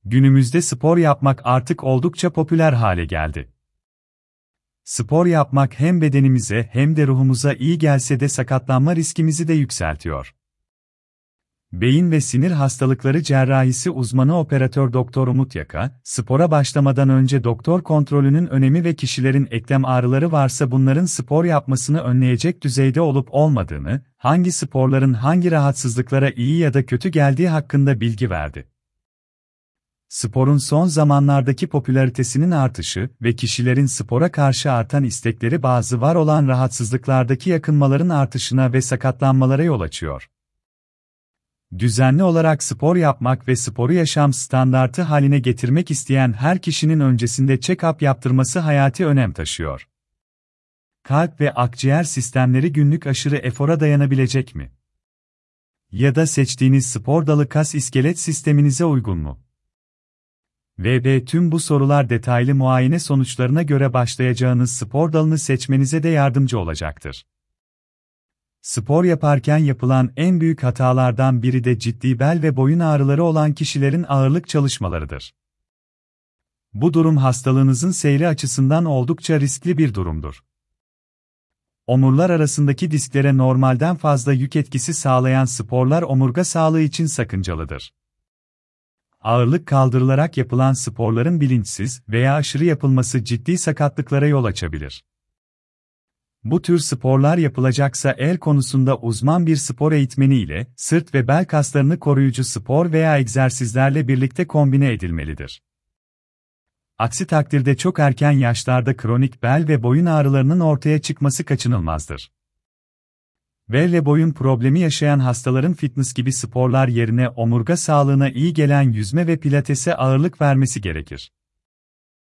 Günümüzde spor yapmak artık oldukça popüler hale geldi. Spor yapmak hem bedenimize hem de ruhumuza iyi gelse de sakatlanma riskimizi de yükseltiyor. Beyin ve sinir hastalıkları cerrahisi uzmanı operatör Doktor Umut Yaka, spora başlamadan önce doktor kontrolünün önemi ve kişilerin eklem ağrıları varsa bunların spor yapmasını önleyecek düzeyde olup olmadığını, hangi sporların hangi rahatsızlıklara iyi ya da kötü geldiği hakkında bilgi verdi. Sporun son zamanlardaki popülaritesinin artışı ve kişilerin spora karşı artan istekleri bazı var olan rahatsızlıklardaki yakınmaların artışına ve sakatlanmalara yol açıyor. Düzenli olarak spor yapmak ve sporu yaşam standartı haline getirmek isteyen her kişinin öncesinde check-up yaptırması hayati önem taşıyor. Kalp ve akciğer sistemleri günlük aşırı efora dayanabilecek mi? Ya da seçtiğiniz spor dalı kas iskelet sisteminize uygun mu? Tüm bu sorular detaylı muayene sonuçlarına göre başlayacağınız spor dalını seçmenize de yardımcı olacaktır. Spor yaparken yapılan en büyük hatalardan biri de ciddi bel ve boyun ağrıları olan kişilerin ağırlık çalışmalarıdır. Bu durum hastalığınızın seyri açısından oldukça riskli bir durumdur. Omurlar arasındaki disklere normalden fazla yük etkisi sağlayan sporlar omurga sağlığı için sakıncalıdır. Ağırlık kaldırılarak yapılan sporların bilinçsiz veya aşırı yapılması ciddi sakatlıklara yol açabilir. Bu tür sporlar yapılacaksa el konusunda uzman bir spor eğitmeni ile sırt ve bel kaslarını koruyucu spor veya egzersizlerle birlikte kombine edilmelidir. Aksi takdirde çok erken yaşlarda kronik bel ve boyun ağrılarının ortaya çıkması kaçınılmazdır. Bel ve boyun problemi yaşayan hastaların fitness gibi sporlar yerine omurga sağlığına iyi gelen yüzme ve pilatese ağırlık vermesi gerekir.